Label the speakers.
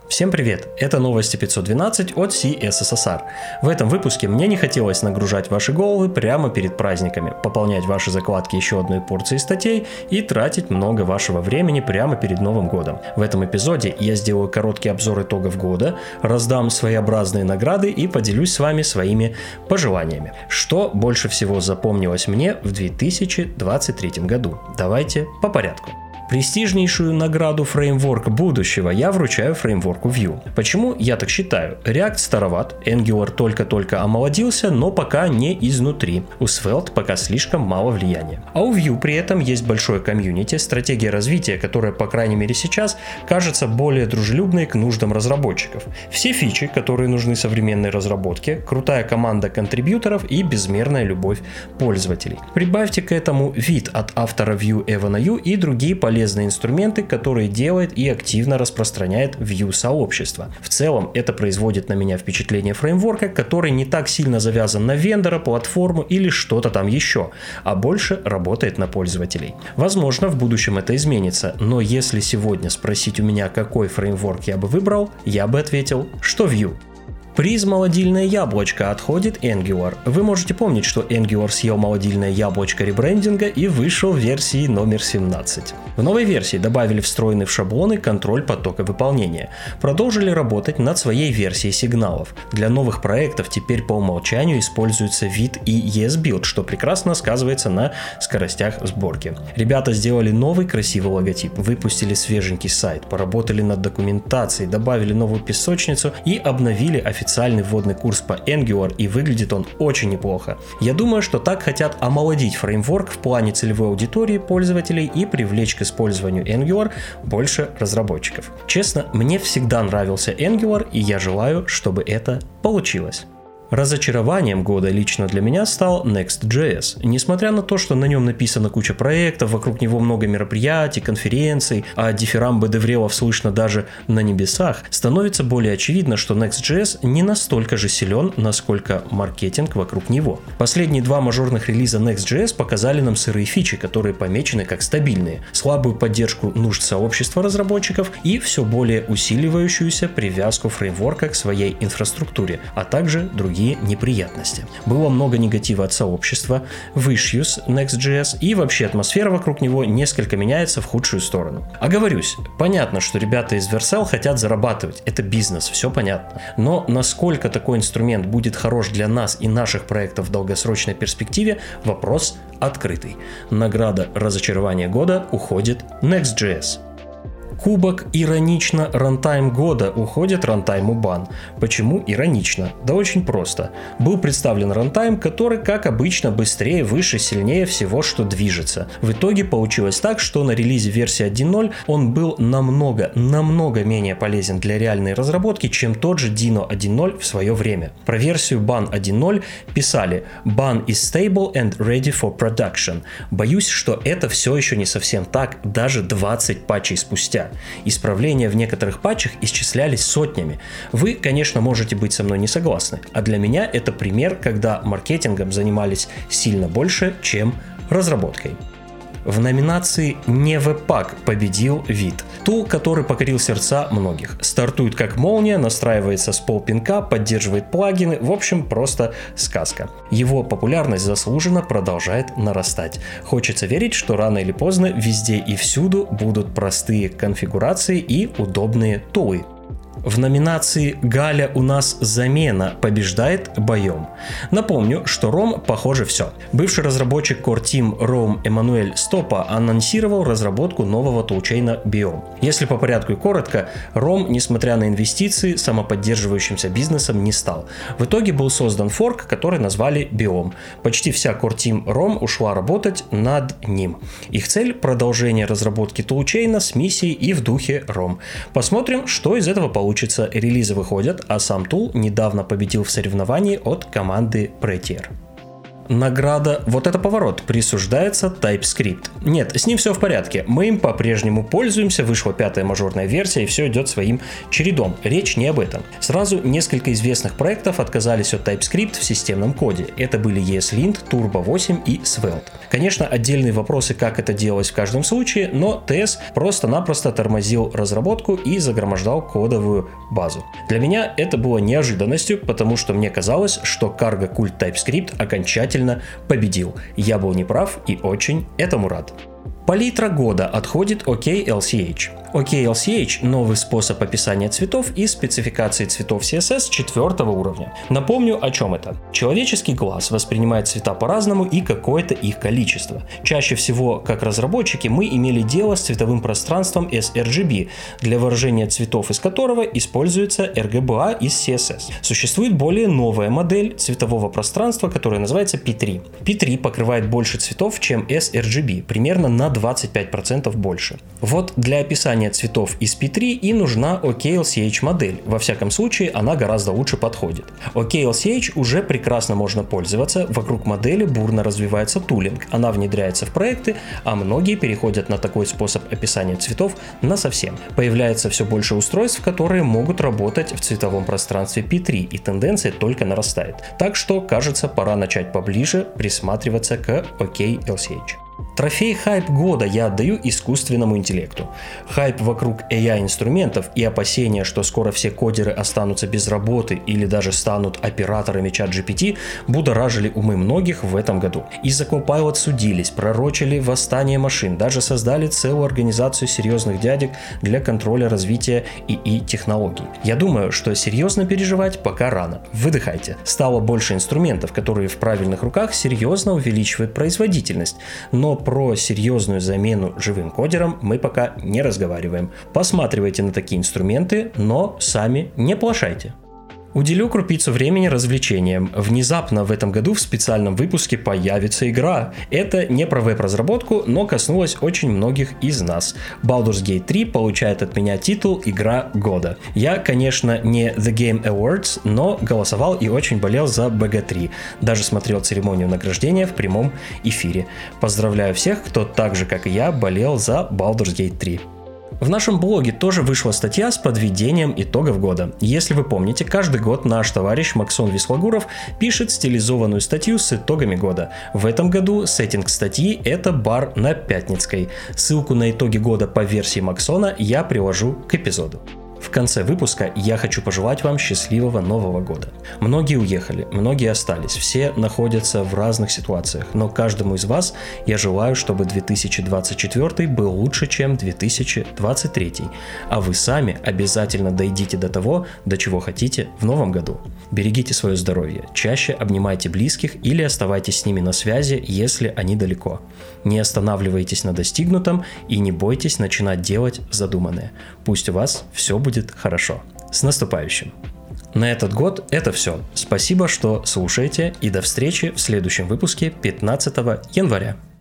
Speaker 1: Всем привет! Это новости 512 от CSSR. В этом выпуске мне не хотелось нагружать ваши головы прямо перед праздниками, пополнять ваши закладки еще одной порцией статей и тратить много вашего времени прямо перед Новым годом. В этом эпизоде я сделаю короткий обзор итогов года, раздам своеобразные награды и поделюсь с вами своими пожеланиями. Что больше всего запомнилось мне в 2023 году? Давайте по порядку. Престижнейшую награду фреймворк будущего я вручаю фреймворку Vue. Почему я так считаю? React староват, Angular только-только омолодился, но пока не изнутри. У Svelte пока слишком мало влияния. А у Vue при этом есть большое комьюнити, стратегия развития, которая, по крайней мере сейчас, кажется более дружелюбной к нуждам разработчиков. Все фичи, которые нужны современной разработке, крутая команда контрибьюторов и безмерная любовь пользователей. Прибавьте к этому вид от автора Vue Эвана Ю и другие полезные инструменты, которые делает и активно распространяет Vue сообщество. В целом, это производит на меня впечатление фреймворка, который не так сильно завязан на вендора, платформу или что-то там еще, а больше работает на пользователей. Возможно, в будущем это изменится, но если сегодня спросить у меня, какой фреймворк я бы выбрал, я бы ответил, что Vue. Приз «Молодильное яблочко» отходит Angular. Вы можете помнить, что Angular съел молодильное яблочко ребрендинга и вышел в версии номер 17. В новой версии добавили встроенный в шаблоны контроль потока выполнения. Продолжили работать над своей версией сигналов. Для новых проектов теперь по умолчанию используется вид и ESBuild, что прекрасно сказывается на скоростях сборки. Ребята сделали новый красивый логотип, выпустили свеженький сайт, поработали над документацией, добавили новую песочницу и обновили официальный вводный курс по Angular, и выглядит он очень неплохо. Я думаю, что так хотят омолодить фреймворк в плане целевой аудитории пользователей и привлечь к использованию Angular больше разработчиков. Честно, мне всегда нравился Angular, и я желаю, чтобы это получилось. Разочарованием года лично для меня стал Next.js. Несмотря на то, что на нем написана куча проектов, вокруг него много мероприятий, конференций, а дифирамбы деврелов слышно даже на небесах, становится более очевидно, что Next.js не настолько же силен, насколько маркетинг вокруг него. Последние два мажорных релиза Next.js показали нам сырые фичи, которые помечены как стабильные, слабую поддержку нужд сообщества разработчиков и все более усиливающуюся привязку фреймворка к своей инфраструктуре, а также другие неприятности. Было много негатива от сообщества в issues Next.js, и вообще атмосфера вокруг него несколько меняется в худшую сторону. Оговорюсь, понятно, что ребята из Vercel хотят зарабатывать, это бизнес, все понятно. Но насколько такой инструмент будет хорош для нас и наших проектов в долгосрочной перспективе, вопрос открытый. Награда разочарования года уходит Next.js. Кубок иронично рантайм года уходит рантайму бан. Почему иронично? Да очень просто. Был представлен рантайм, который, как обычно, быстрее, выше, сильнее всего, что движется. В итоге получилось так, что на релизе версии 1.0 он был намного менее полезен для реальной разработки, чем тот же Dino 1.0 в свое время. Про версию ban 1.0 писали «Ban is stable and ready for production». Боюсь, что это все еще не совсем так, даже 20 патчей спустя. Исправления в некоторых патчах исчислялись сотнями. Вы, конечно, можете быть со мной не согласны, а для меня это пример, когда маркетингом занимались сильно больше, чем разработкой. В номинации «Не веб-пак» победил вид. Тул, который покорил сердца многих. Стартует как молния, настраивается с полпинка, поддерживает плагины, в общем, просто сказка. Его популярность заслуженно продолжает нарастать. Хочется верить, что рано или поздно везде и всюду будут простые конфигурации и удобные тулы. В номинации «Галя, у нас замена» побеждает Байом. Напомню, что Ром, похоже, все. Бывший разработчик Core Team Ром Эммануэль Стопа анонсировал разработку нового тулчейна Biome. Если по порядку и коротко, Ром, несмотря на инвестиции, самоподдерживающимся бизнесом не стал. В итоге был создан форк, который назвали Biome. Почти вся Core Team Ром ушла работать над ним. Их цель – продолжение разработки тулчейна с миссией и в духе Ром. Посмотрим, что из этого получится. Релизы выходят, а сам тул недавно победил в соревновании от команды Prettier. Награда, вот это поворот, присуждается TypeScript. Нет, с ним все в порядке, мы им по-прежнему пользуемся, вышла 5-я мажорная версия и все идет своим чередом. Речь не об этом. Сразу несколько известных проектов отказались от TypeScript в системном коде. Это были ESLint, Turbo 8 и Svelte. Конечно, отдельные вопросы, как это делалось в каждом случае, но TS просто-напросто тормозил разработку и загромождал кодовую базу. Для меня это было неожиданностью, потому что мне казалось, что карго-культ TypeScript окончательно победил. Я был неправ и очень этому рад. Палитра года отходит OKLCH. OKLCH – новый способ описания цветов и спецификации цветов CSS 4 уровня. Напомню, о чем это. Человеческий глаз воспринимает цвета по-разному и какое-то их количество. Чаще всего, как разработчики, мы имели дело с цветовым пространством sRGB, для выражения цветов из которого используется RGBA из CSS. Существует более новая модель цветового пространства, которая называется P3. P3 покрывает больше цветов, чем sRGB, примерно на 25% больше. Вот для описания цветов из P3 и нужна OKLCH модель. Во всяком случае, она гораздо лучше подходит. OKLCH уже прекрасно можно пользоваться, вокруг модели бурно развивается тулинг, она внедряется в проекты, а многие переходят на такой способ описания цветов насовсем. Появляется все больше устройств, которые могут работать в цветовом пространстве P3, и тенденция только нарастает. Так что, кажется, пора начать поближе присматриваться к OKLCH. Трофей хайп года я отдаю искусственному интеллекту. Хайп вокруг AI-инструментов и опасения, что скоро все кодеры останутся без работы или даже станут операторами ChatGPT, будоражили умы многих в этом году. Из-за Copilot судились, пророчили восстание машин, даже создали целую организацию серьезных дядек для контроля развития ИИ-технологий. Я думаю, что серьезно переживать пока рано. Выдыхайте. Стало больше инструментов, которые в правильных руках серьезно увеличивают производительность, но про серьезную замену живым кодерам мы пока не разговариваем. Посматривайте на такие инструменты, но сами не плашайте. Уделю крупицу времени развлечениям. Внезапно в этом году в специальном выпуске появится игра. Это не про веб-разработку, но коснулось очень многих из нас. Baldur's Gate 3 получает от меня титул «Игра года». Я, конечно, не The Game Awards, но голосовал и очень болел за BG3. Даже смотрел церемонию награждения в прямом эфире. Поздравляю всех, кто так же, как и я, болел за Baldur's Gate 3. В нашем блоге тоже вышла статья с подведением итогов года. Если вы помните, каждый год наш товарищ Максон Вислагуров пишет стилизованную статью с итогами года. В этом году сеттинг статьи – это бар на Пятницкой. Ссылку на итоги года по версии Максона я приложу к эпизоду. В конце выпуска я хочу пожелать вам счастливого Нового года. Многие уехали, многие остались, все находятся в разных ситуациях, но каждому из вас я желаю, чтобы 2024 был лучше, чем 2023, а вы сами обязательно дойдите до того, до чего хотите в новом году. Берегите свое здоровье, чаще обнимайте близких или оставайтесь с ними на связи, если они далеко. Не останавливайтесь на достигнутом и не бойтесь начинать делать задуманное. Пусть у вас все будет хорошо. С наступающим! На этот год это все. Спасибо, что слушаете, и до встречи в следующем выпуске 15 января.